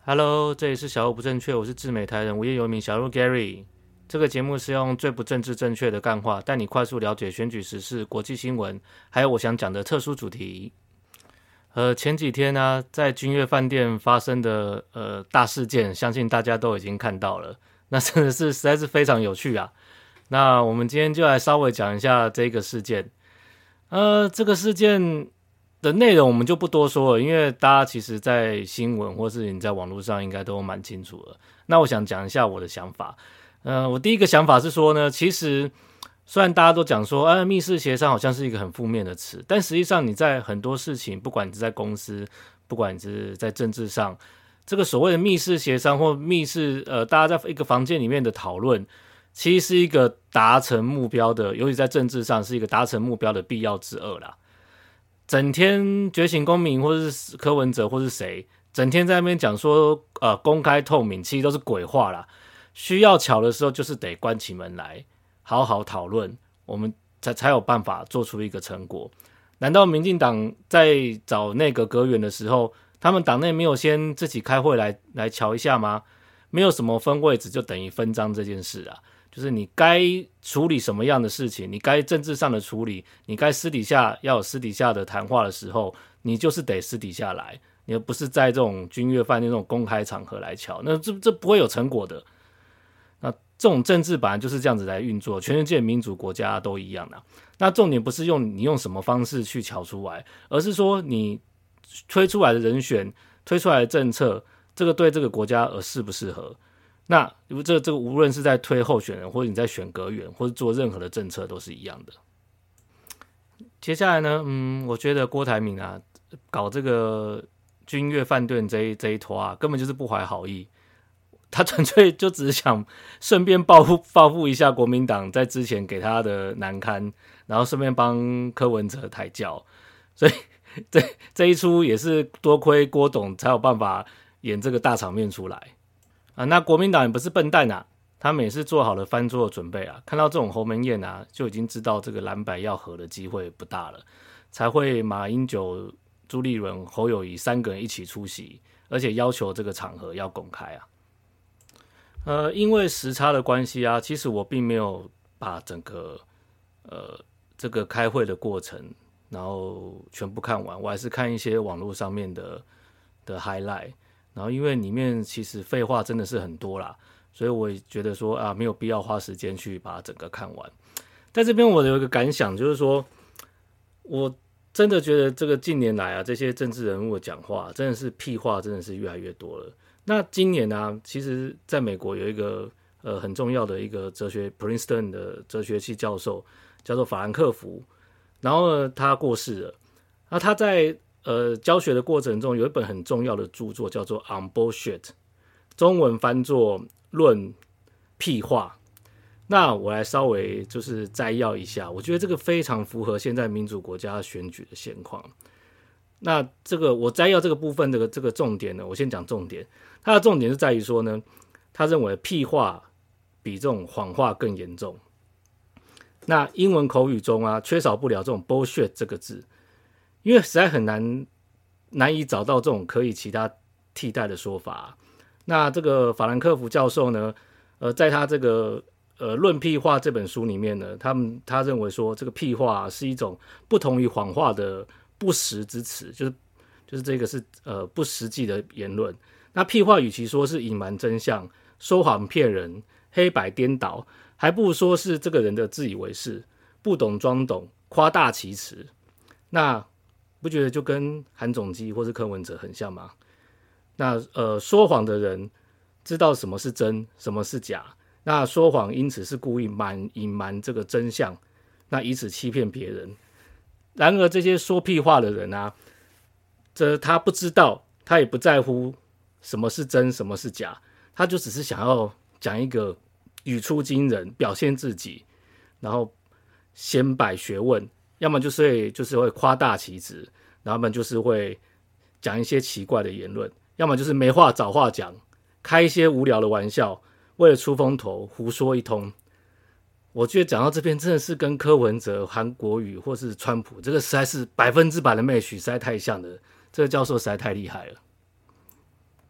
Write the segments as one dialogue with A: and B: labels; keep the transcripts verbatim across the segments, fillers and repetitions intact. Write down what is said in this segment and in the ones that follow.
A: Hello，这里是小鹿不正确，我是自美台人无业游民小鹿 Gary。这个节目是用最不政治正确的干话，带你快速了解选举时事、国际新闻，还有我想讲的特殊主题。呃，前几天呢、啊，在君悦饭店发生的呃大事件，相信大家都已经看到了，那真的是实在是非常有趣啊。那我们今天就来稍微讲一下这个事件。呃，这个事件的内容我们就不多说了，因为大家其实在新闻或是你在网络上应该都蛮清楚了。那我想讲一下我的想法。呃，我第一个想法是说呢，其实虽然大家都讲说，啊，密室协商好像是一个很负面的词，但实际上你在很多事情，不管你是在公司，不管你是在政治上，这个所谓的密室协商或密室，呃，大家在一个房间里面的讨论，其实是一个达成目标的，尤其在政治上是一个达成目标的必要之恶啦。整天觉醒公民或是柯文哲或是谁，整天在那边讲说，呃，公开透明，其实都是鬼话啦。需要巧的时候，就是得关起门来，好好讨论，我们才才有办法做出一个成果。难道民进党在找内阁阁员的时候，他们党内没有先自己开会来来瞧一下吗？没有什么分位置就等于分赃这件事啊。就是你该处理什么样的事情，你该政治上的处理，你该私底下要有私底下的谈话的时候，你就是得私底下来，你不是在这种君悦饭店这种公开场合来瞧，那这这不会有成果的。那这种政治本来就是这样子来运作，全世界民主国家都一样的。那重点不是用你用什么方式去瞧出来，而是说你推出来的人选、推出来的政策，这个对这个国家而适不适合。那这个这个无论是在推候选人，或者你在选阁员，或者做任何的政策，都是一样的。接下来呢，嗯，我觉得郭台铭啊，搞这个君悦饭店这一这一坨啊，根本就是不怀好意。他纯粹就只是想顺便报复报复一下国民党在之前给他的难堪，然后顺便帮柯文哲抬轿，所以这这一出也是多亏郭董才有办法演这个大场面出来啊。那国民党也不是笨蛋啊，他们也是做好了翻桌的准备啊。看到这种鸿门宴啊，就已经知道这个蓝白要合的机会不大了，才会马英九、朱立伦、侯友宜三个人一起出席，而且要求这个场合要公开啊。呃，因为时差的关系啊，其实我并没有把整个呃这个开会的过程，然后全部看完，我还是看一些网络上面的的 highlight， 然后因为里面其实废话真的是很多啦，所以我也觉得说啊，没有必要花时间去把整个看完。在这边我有一个感想，就是说我真的觉得这个近年来啊，这些政治人物的讲话真的是屁话，真的是越来越多了。那今年啊，其实在美国有一个呃很重要的一个哲学 Princeton 的哲学系教授，叫做法兰克福，然后呢他过世了。那他在呃教学的过程中有一本很重要的著作叫做 On Bullshit， 中文翻作论屁话。那我来稍微就是摘要一下，我觉得这个非常符合现在民主国家选举的现况。那这个我摘要这个部分的这个重点呢，我先讲重点。它的重点是在于说呢，他认为屁话比这种谎话更严重。那英文口语中啊，缺少不了这种 bullshit 这个字，因为实在很难难以找到这种可以其他替代的说法啊。那这个法兰克福教授呢，呃，在他这个呃《论屁话》这本书里面呢，他们他认为说，这个屁话、啊、是一种不同于谎话的不实之词，就是就是这个是呃不实际的言论。那屁话与其说是隐瞒真相、说谎骗人、黑白颠倒，还不如说是这个人的自以为是、不懂装懂、夸大其词。那不觉得就跟韩总机或是柯文哲很像吗？那呃，说谎的人知道什么是真，什么是假，那说谎因此是故意瞒隐瞒这个真相，那以此欺骗别人。然而这些说屁话的人啊，这他不知道，他也不在乎什么是真，什么是假，他就只是想要讲一个语出惊人，表现自己，然后先摆学问，要么就是会就是会夸大其词，然后要么就是会讲一些奇怪的言论，要么就是没话找话讲，开一些无聊的玩笑，为了出风头胡说一通。我觉得讲到这边真的是跟柯文哲、韩国瑜或是川普这个实在是百分之百的 match， 实在太像了。这个教授实在太厉害了。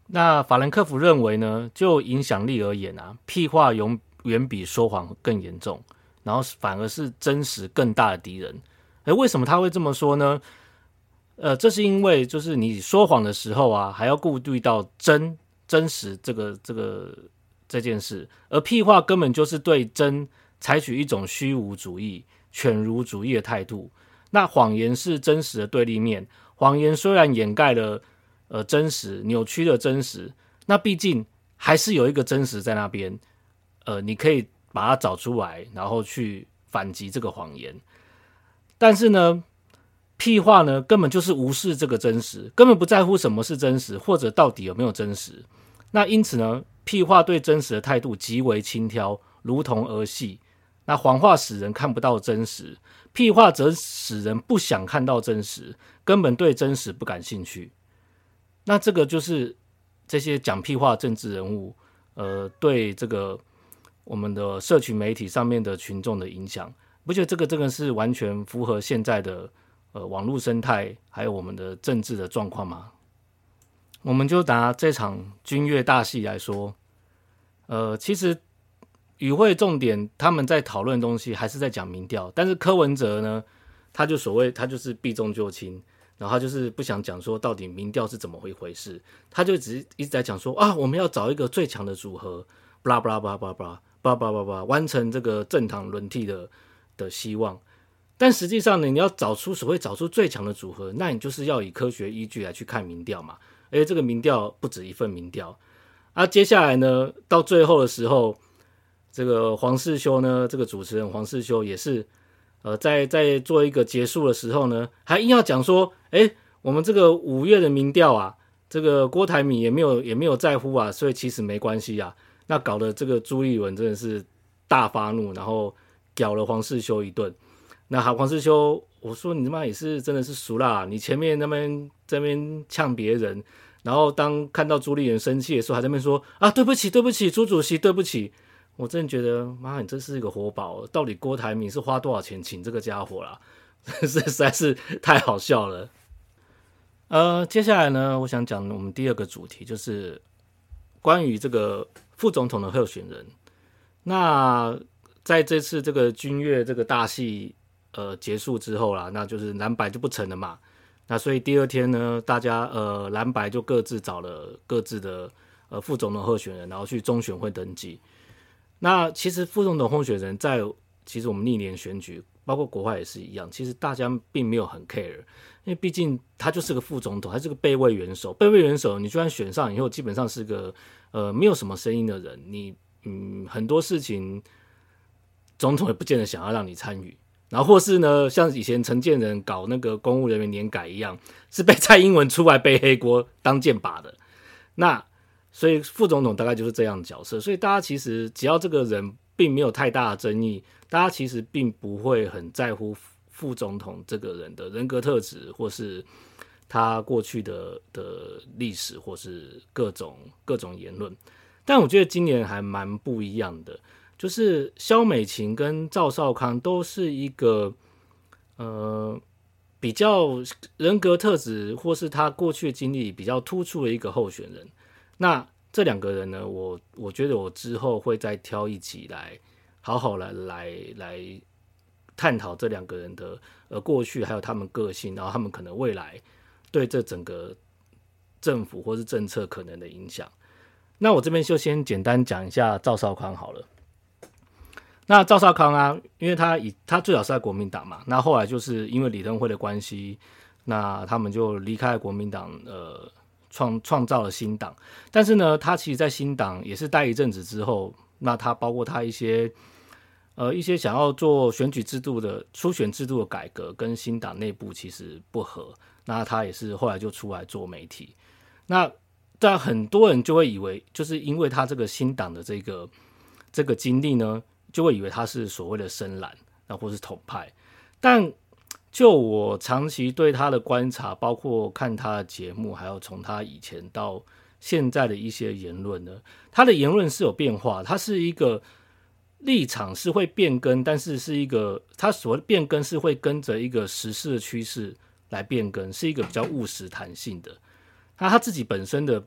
A: 那法兰克福认为呢，就影响力而言啊，屁话永远比说谎更严重，然后反而是真实更大的敌人。诶，为什么他会这么说呢？呃，这是因为就是你说谎的时候啊，还要顾虑到真真实这个这个这件事，而屁话根本就是对真采取一种虚无主义、犬儒主义的态度。那谎言是真实的对立面，谎言虽然掩盖了呃真实，扭曲了真实，那毕竟还是有一个真实在那边，呃，你可以把它找出来，然后去反击这个谎言。但是呢，屁话呢根本就是无视这个真实，根本不在乎什么是真实，或者到底有没有真实。那因此呢，屁话对真实的态度极为轻佻，如同儿戏。那谎话使人看不到真实，屁话则使人不想看到真实，根本对真实不感兴趣。那这个就是这些讲屁话的政治人物，呃，对这个我们的社群媒体上面的群众的影响，不觉得这个真的是完全符合现在的呃网络生态，还有我们的政治的状况吗？我们就拿这场军乐大戏来说，呃，其实与会重点他们在讨论的东西还是在讲民调，但是柯文哲呢，他就所谓他就是避重就轻，然后他就是不想讲说到底民调是怎么一回事，他就只是一直在讲说啊，我们要找一个最强的组合，巴拉巴拉巴拉巴拉巴拉巴拉巴拉巴拉，完成这个政党轮替的的希望。但实际上呢，你要找出所谓找出最强的组合，那你就是要以科学依据来去看民调嘛。而且这个民调不止一份民调啊。接下来呢，到最后的时候，这个黄世修呢，这个主持人黄世修也是，呃，在在做一个结束的时候呢，还硬要讲说，哎，我们这个五月的民调啊，这个郭台铭也没有也没有在乎啊，所以其实没关系啊。那搞得这个朱立伦真的是大发怒，然后屌了黄世修一顿。那好，黄世修，我说你他妈也是真的是熟啦！你前面那边这边呛别人，然后当看到朱立伦生气的时候，还在那边说啊对不起对不起，朱主席对不起。我真的觉得妈，你真是一个活宝！到底郭台铭是花多少钱请这个家伙啦？这实在是太好笑了。呃，接下来呢，我想讲我们第二个主题，就是关于这个副总统的候选人。那在这次这个军乐这个大戏呃结束之后啦，那就是蓝白就不成了嘛。那所以第二天呢，大家呃蓝白就各自找了各自的呃副总统候选人，然后去中选会登记。那其实副总统候选人在其实我们历年选举，包括国外也是一样，其实大家并没有很 care， 因为毕竟他就是个副总统，他是个备位元首，备位元首你就算选上以后，基本上是个呃没有什么声音的人，你嗯很多事情总统也不见得想要让你参与。然后或是呢，像以前陈建仁搞那个公务人员年改一样，是被蔡英文出来背黑锅当箭靶的。那所以副总统大概就是这样的角色，所以大家其实只要这个人并没有太大的争议，大家其实并不会很在乎副总统这个人的人格特质，或是他过去的的历史，或是各种各种言论。但我觉得今年还蛮不一样的。就是萧美琴跟赵少康都是一个呃比较人格特质或是他过去的经历比较突出的一个候选人。那这两个人呢，我我觉得我之后会再挑一集来好好来来来探讨这两个人的呃过去，还有他们个性，然后他们可能未来对这整个政府或是政策可能的影响。那我这边就先简单讲一下赵少康好了。那赵少康啊，因为他以他最早是在国民党嘛，那后来就是因为李登辉的关系，那他们就离开国民党，呃，创创造了新党。但是呢，他其实在新党也是待一阵子之后，那他包括他一些呃一些想要做选举制度的初选制度的改革，跟新党内部其实不合。那他也是后来就出来做媒体。那但很多人就会以为，就是因为他这个新党的这个这个经历呢，就会以为他是所谓的深蓝，那或是统派。但就我长期对他的观察，包括看他的节目，还有从他以前到现在的一些言论呢，他的言论是有变化，他是一个立场是会变更，但是是一个他所谓的变更是会跟着一个时事的趋势来变更，是一个比较务实弹性的。那他自己本身的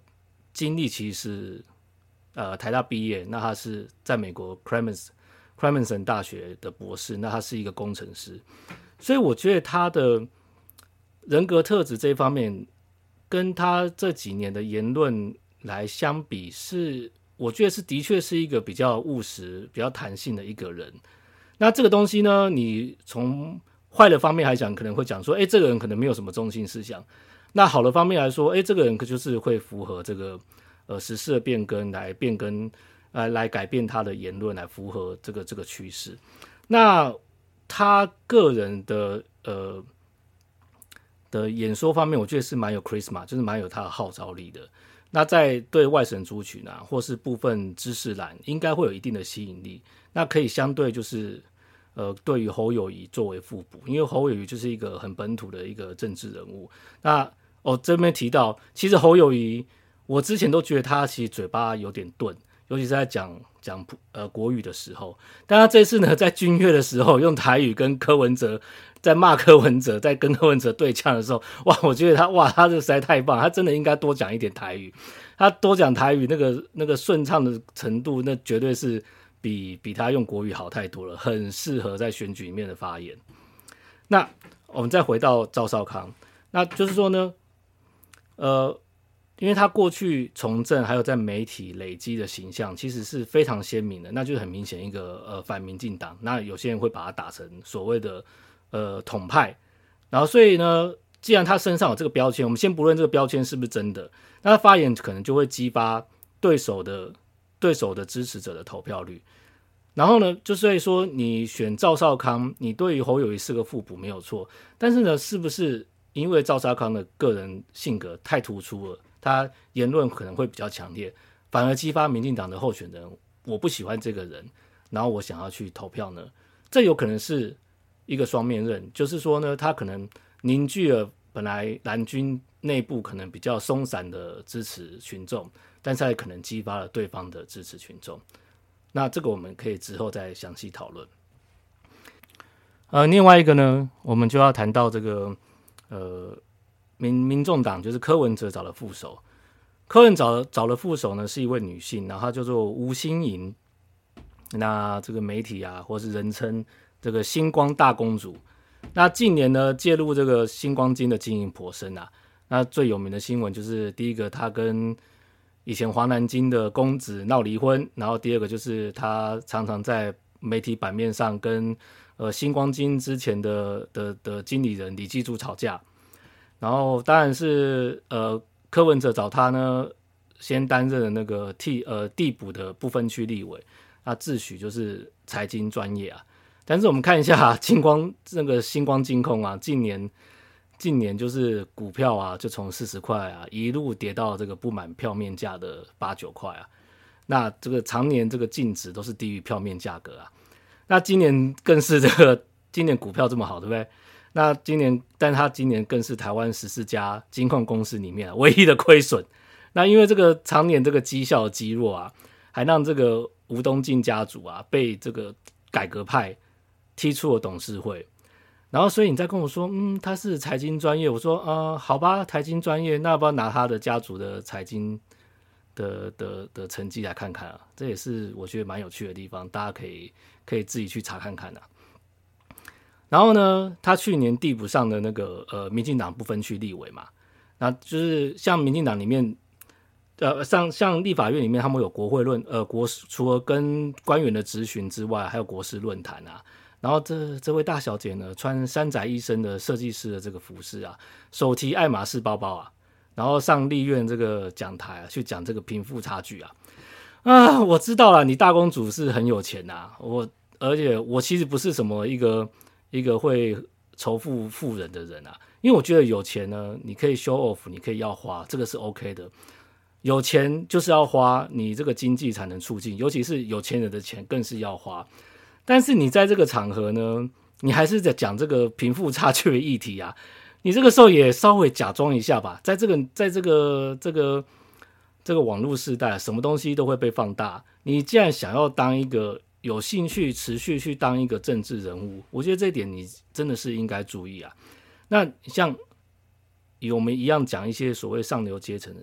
A: 经历其实呃台大毕业，那他是在美国 Clemson Clemson 大学的博士，那他是一个工程师，所以我觉得他的人格特质这一方面，跟他这几年的言论来相比是，我觉得是的确是一个比较务实、比较弹性的一个人。那这个东西呢，你从坏的方面来讲，可能会讲说，哎，这个人可能没有什么中心思想。那好的方面来说，哎，这个人就是会符合这个呃时事的变更来变更。呃，来改变他的言论，来符合这个这个趋势。那他个人的呃的演说方面，我觉得是蛮有 charisma， 就是蛮有他的号召力的。那在对外省族群啊，或是部分知识栏，应该会有一定的吸引力。那可以相对就是呃，对于侯友宜作为互补，因为侯友宜就是一个很本土的一个政治人物。那哦，这边提到，其实侯友宜，我之前都觉得他其实嘴巴有点钝。尤其是在讲讲呃国语的时候，但他这次呢，在军乐的时候用台语跟柯文哲在骂柯文哲，在跟柯文哲对呛的时候，哇，我觉得他哇，他这实在太棒，他真的应该多讲一点台语。他多讲台语，那个那个顺畅的程度，那绝对是比比他用国语好太多了，很适合在选举里面的发言。那我们再回到赵少康，那就是说呢，呃。因为他过去从政还有在媒体累积的形象其实是非常鲜明的，那就是很明显一个呃反民进党，那有些人会把他打成所谓的呃统派，然后所以呢，既然他身上有这个标签，我们先不论这个标签是不是真的，那他发言可能就会激发对手的对手的支持者的投票率，然后呢，就所以说你选赵少康，你对于侯友宜是个互补没有错，但是呢，是不是因为赵少康的个人性格太突出了？他言论可能会比较强烈，反而激发民进党的候选人，我不喜欢这个人，然后我想要去投票呢，这有可能是一个双面刃，就是说呢，他可能凝聚了本来蓝军内部可能比较松散的支持群众，但是还可能激发了对方的支持群众。那这个我们可以之后再详细讨论。呃，另外一个呢，我们就要谈到这个呃。民民众党就是柯文哲找了副手，柯文找找了副手呢，是一位女性，然后她叫做吴欣盈。那这个媒体啊，或是人称这个星光大公主。那近年呢，介入这个星光金的经营颇深啊。那最有名的新闻就是第一个，她跟以前华南金的公子闹离婚，然后第二个就是她常常在媒体版面上跟呃星光金之前的的的经理人李继柱吵架。然后当然是呃柯文哲找他呢，先担任了那个替呃地补的不分区立委，那自诩就是财经专业啊。但是我们看一下金光那个星光金控啊，近年近年就是股票啊，就从四十块啊一路跌到这个不满票面价的八九块啊。那这个常年这个净值都是低于票面价格啊。那今年更是这个今年股票这么好，对不对？那今年，但他今年更是台湾十四家金控公司里面唯一的亏损。那因为这个常年这个绩效的积弱啊，还让这个吴东进家族啊被这个改革派踢出了董事会。然后，所以你再跟我说，嗯，他是财经专业，我说，呃，好吧，财经专业，那要不要拿他的家族的财经的的的成绩来看看啊？这也是我觉得蛮有趣的地方，大家可以可以自己去查看看啊。然后呢，他去年递补上的那个呃民进党不分区立委嘛，那就是像民进党里面，呃，像像立法院里面，他们有国会论呃国除了跟官员的质询之外，还有国事论坛啊。然后这这位大小姐呢，穿山宅医生的设计师的这个服饰啊，手提爱马仕包包啊，然后上立院这个讲台啊，去讲这个贫富差距啊。啊，我知道了，你大公主是很有钱啊，我而且我其实不是什么一个。一个会仇富富人的人啊，因为我觉得有钱呢，你可以 show off， 你可以要花，这个是 OK 的。有钱就是要花，你这个经济才能促进，尤其是有钱人的钱更是要花。但是你在这个场合呢，你还是在讲这个贫富差距的议题啊，你这个时候也稍微假装一下吧。在这个在这个这个这个网络时代，什么东西都会被放大。你既然想要当一个有兴趣持续去当一个政治人物，我觉得这一点你真的是应该注意啊。那像我们一样讲一些所谓上流阶层的人，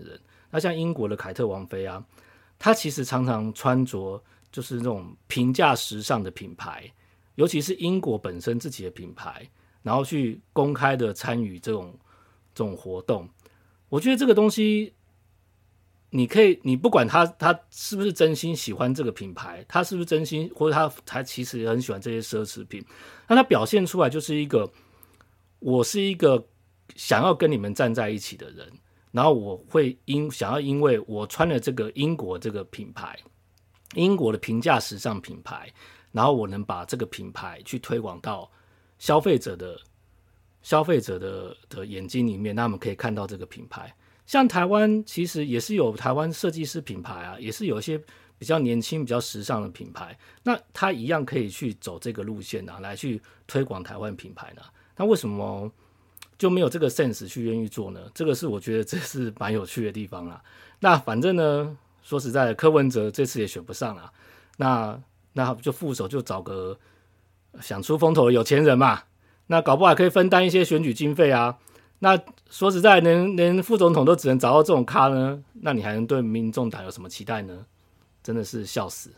A: 那像英国的凯特王妃啊，她其实常常穿着就是那种平价时尚的品牌，尤其是英国本身自己的品牌，然后去公开的参与这种这种活动。我觉得这个东西，你可以，你不管他他是不是真心喜欢这个品牌，他是不是真心，或者他他其实也很喜欢这些奢侈品，那他表现出来就是一个，我是一个想要跟你们站在一起的人，然后我会因想要因为我穿了这个英国这个品牌，英国的平价时尚品牌，然后我能把这个品牌去推广到消费者的消费者的的眼睛里面，那他们可以看到这个品牌。像台湾其实也是有台湾设计师品牌啊，也是有一些比较年轻、比较时尚的品牌，那他一样可以去走这个路线啊，来去推广台湾品牌呢。那为什么就没有这个 sense 去愿意做呢？这个是我觉得这是蛮有趣的地方啦。那反正呢，说实在的，柯文哲这次也选不上啦，那那就副手就找个想出风头的有钱人嘛，那搞不好还可以分担一些选举经费啊。那说实在，连连副总统都只能找到这种咖呢，那你还能对民众党有什么期待呢？真的是笑死。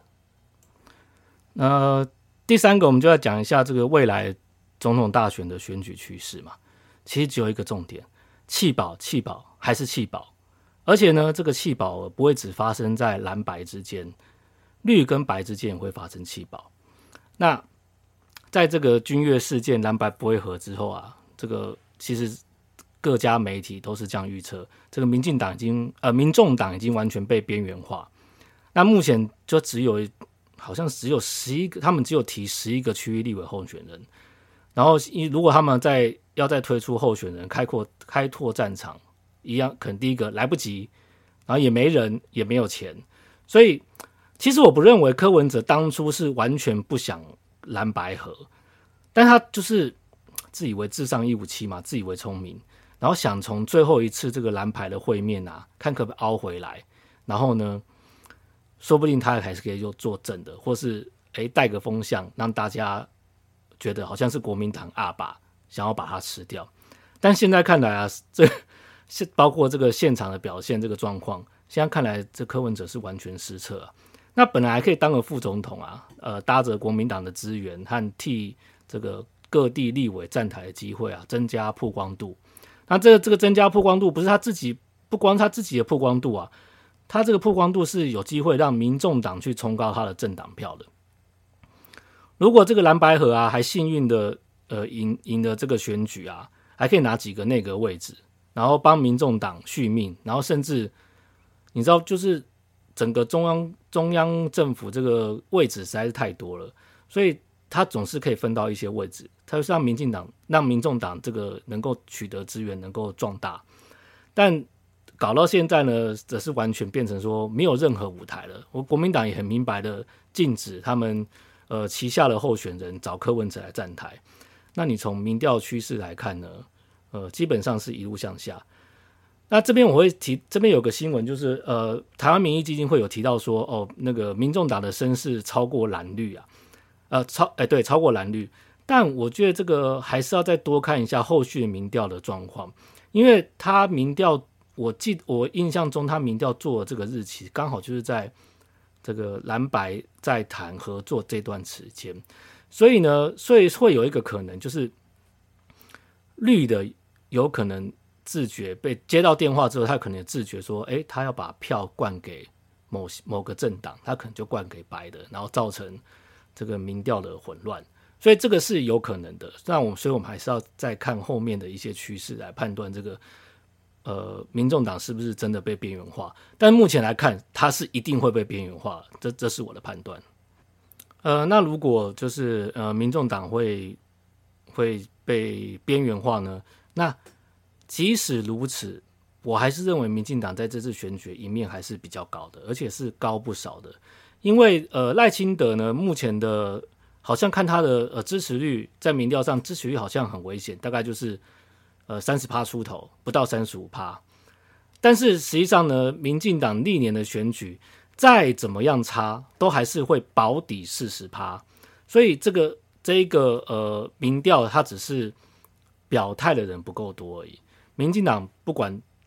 A: 呃，第三个我们就要讲一下这个未来总统大选的选举趋势嘛。其实只有一个重点，弃保弃保还是弃保，而且呢，这个弃保不会只发生在蓝白之间，绿跟白之间也会发生弃保。那在这个君悦事件蓝白不会合之后啊，这个其实各家媒体都是这样预测，这个民进党已经呃民众党已经完全被边缘化。那目前就只有好像只有十一个，他们只有提十一个区域立委候选人，然后如果他们再要再推出候选人开阔开拓战场，一样可能第一个来不及，然后也没人也没有钱，所以其实我不认为柯文哲当初是完全不想蓝白合，但他就是自以为智商一五七嘛，自以为聪明，然后想从最后一次这个蓝牌的会面啊，看可不可以凹回来，然后呢，说不定他还是可以就做正的，或是哎带个风向，让大家觉得好像是国民党阿爸想要把它吃掉。但现在看来啊，这包括这个现场的表现，这个状况，现在看来这柯文哲是完全失策啊。那本来还可以当个副总统啊，呃，搭着国民党的资源和替这个各地立委站台的机会啊，增加曝光度。那这个这个增加曝光度，不是他自己，不光他自己的曝光度啊，他这个曝光度是有机会让民众党去冲高他的政党票的。如果这个蓝白合啊，还幸运的呃赢赢了这个选举啊，还可以拿几个内阁位置，然后帮民众党续命，然后甚至你知道，就是整个中央中央政府这个位置实在是太多了，所以他总是可以分到一些位置，他就是让民进党、让民众党这个能够取得资源，能够壮大。但搞到现在呢，则是完全变成说没有任何舞台了。我国民党也很明白的禁止他们呃旗下的候选人找柯文哲来站台。那你从民调趋势来看呢，呃，基本上是一路向下。那这边我会提，这边有个新闻，就是呃，台湾民意基金会有提到说，哦，那个民众党的声势超过蓝绿啊，呃，超哎对，超过蓝绿。但我觉得这个还是要再多看一下后续民调的状况，因为他民调，我记我印象中他民调做的这个日期，刚好就是在这个蓝白在谈合作这段时间，所以呢，所以会有一个可能，就是绿的有可能自觉被接到电话之后，他可能自觉说，哎，他要把票灌给某某个政党，他可能就灌给白的，然后造成这个民调的混乱，所以这个是有可能的。那我们，所以我们还是要再看后面的一些趋势来判断这个呃民众党是不是真的被边缘化。但目前来看，它是一定会被边缘化，这这是我的判断。呃，那如果就是呃民众党会会被边缘化呢？那即使如此，我还是认为民进党在这次选举赢面还是比较高的，而且是高不少的。因为呃赖清德呢，目前的好像看他的呃支持率，在民调上支持率好像很危险，大概就是呃三十趴出头，不到三十五趴。但是实际上呢，民进党历年的选举再怎么样差，都还是会保底四十趴。所以这个这一个呃民调，它只是表态的人不够多而已。民进党不管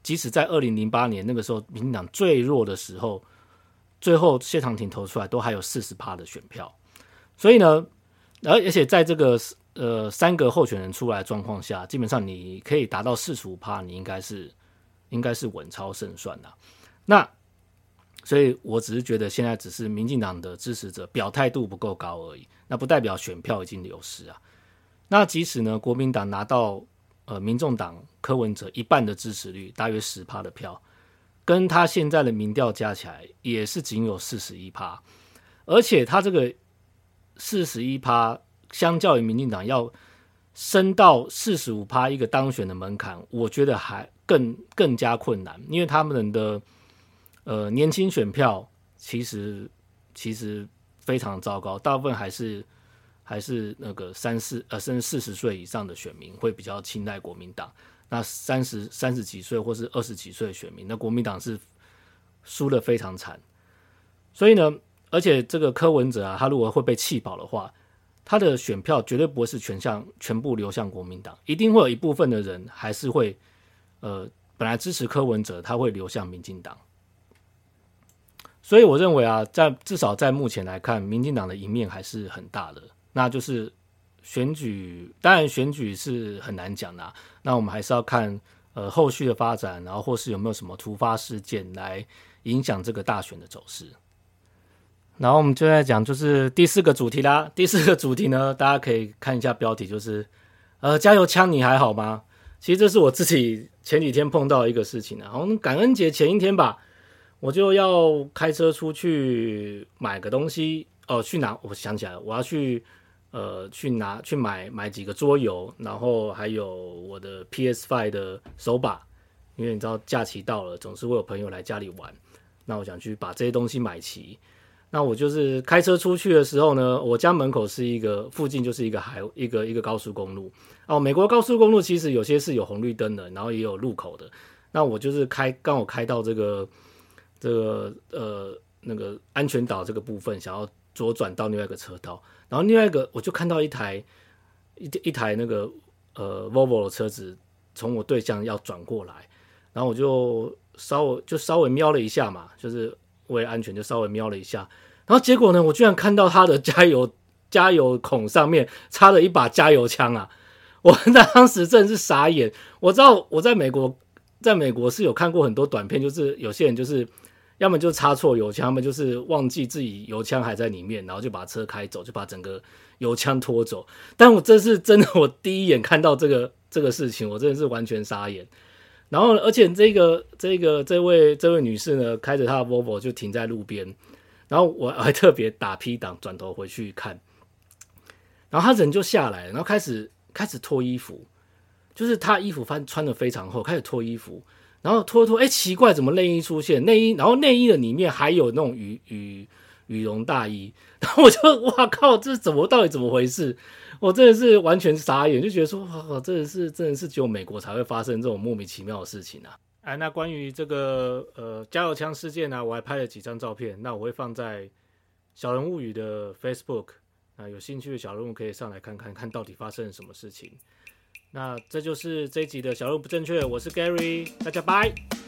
A: 即使在二零零八年那个时候民进党最弱的时候，最后谢长廷投出来都还有 百分之四十 的选票。所以呢，而且在这个呃三个候选人出来的状况下，基本上你可以达到 百分之四十五， 你应该是应该是稳操胜算啦。那所以我只是觉得现在只是民进党的支持者表态度不够高而已，那不代表选票已经流失啊。那即使呢国民党拿到呃民众党柯文哲一半的支持率，大约 百分之十 的票，跟他现在的民调加起来也是仅有 百分之四十一， 而且他这个 百分之四十一 相较于民进党要升到 百分之四十五 一个当选的门槛，我觉得还更更加困难，因为他们的呃年轻选票其实其实非常糟糕，大部分还是还是那个三四呃甚至四十岁以上的选民会比较青睐国民党，那三十三十几岁或是二十几岁的选民，那国民党是输得非常惨。所以呢，而且这个柯文哲啊，他如果会被弃保的话，他的选票绝对不会是全向全部流向国民党，一定会有一部分的人还是会呃本来支持柯文哲，他会流向民进党。所以我认为啊，在至少在目前来看，民进党的赢面还是很大的。那就是选举，当然选举是很难讲的、啊，那我们还是要看呃后续的发展，然后或是有没有什么突发事件来影响这个大选的走势。然后我们就在讲就是第四个主题啦。第四个主题呢，大家可以看一下标题，就是呃加油枪你还好吗？其实这是我自己前几天碰到的一个事情啊。我们感恩节前一天吧，我就要开车出去买个东西哦，去拿，我想起来了，我要去呃去拿去买买几个桌游，然后还有我的 P S 五 的手把，因为你知道假期到了，总是会有朋友来家里玩，那我想去把这些东西买齐。那我就是开车出去的时候呢，我家门口是一个附近就是一个海一个一个高速公路哦。美国高速公路其实有些是有红绿灯的，然后也有路口的。那我就是开刚好开到这个这个呃那个安全岛这个部分，想要左转到另外一个车道，然后另外一个我就看到一台一一台那个呃 Volvo 的车子从我对向要转过来，然后我就稍微就稍微瞄了一下嘛，就是为了安全就稍微瞄了一下。然后结果呢，我居然看到他的加油加油孔上面插了一把加油枪啊！我当时真的是傻眼。我知道我在美国，在美国是有看过很多短片，就是有些人就是要么就插错油枪，要么就是忘记自己油枪还在里面，然后就把车开走，就把整个油枪拖走。但我这是真的，我第一眼看到这个这个事情，我真的是完全傻眼。然后，而且这个这个这位这位女士呢，开着她的 Volvo 就停在路边。然后我还特别打 P 档转头回去看，然后他人就下来了，然后开始开始脱衣服，就是他衣服穿穿的非常厚，开始脱衣服，然后脱脱，哎，奇怪，怎么内衣出现内衣？然后内衣的里面还有那种羽羽羽绒大衣，然后我就哇靠，这怎么到底怎么回事？我真的是完全傻眼，就觉得说哇，真的是真的是只有美国才会发生这种莫名其妙的事情啊！哎，那关于这个呃加油枪事件呢、啊，我还拍了几张照片，那我会放在小人物语的 Facebook， 那有兴趣的小人物可以上来看看，看到底发生了什么事情。那这就是这一集的小人物不正确，我是 Gary， 大家拜。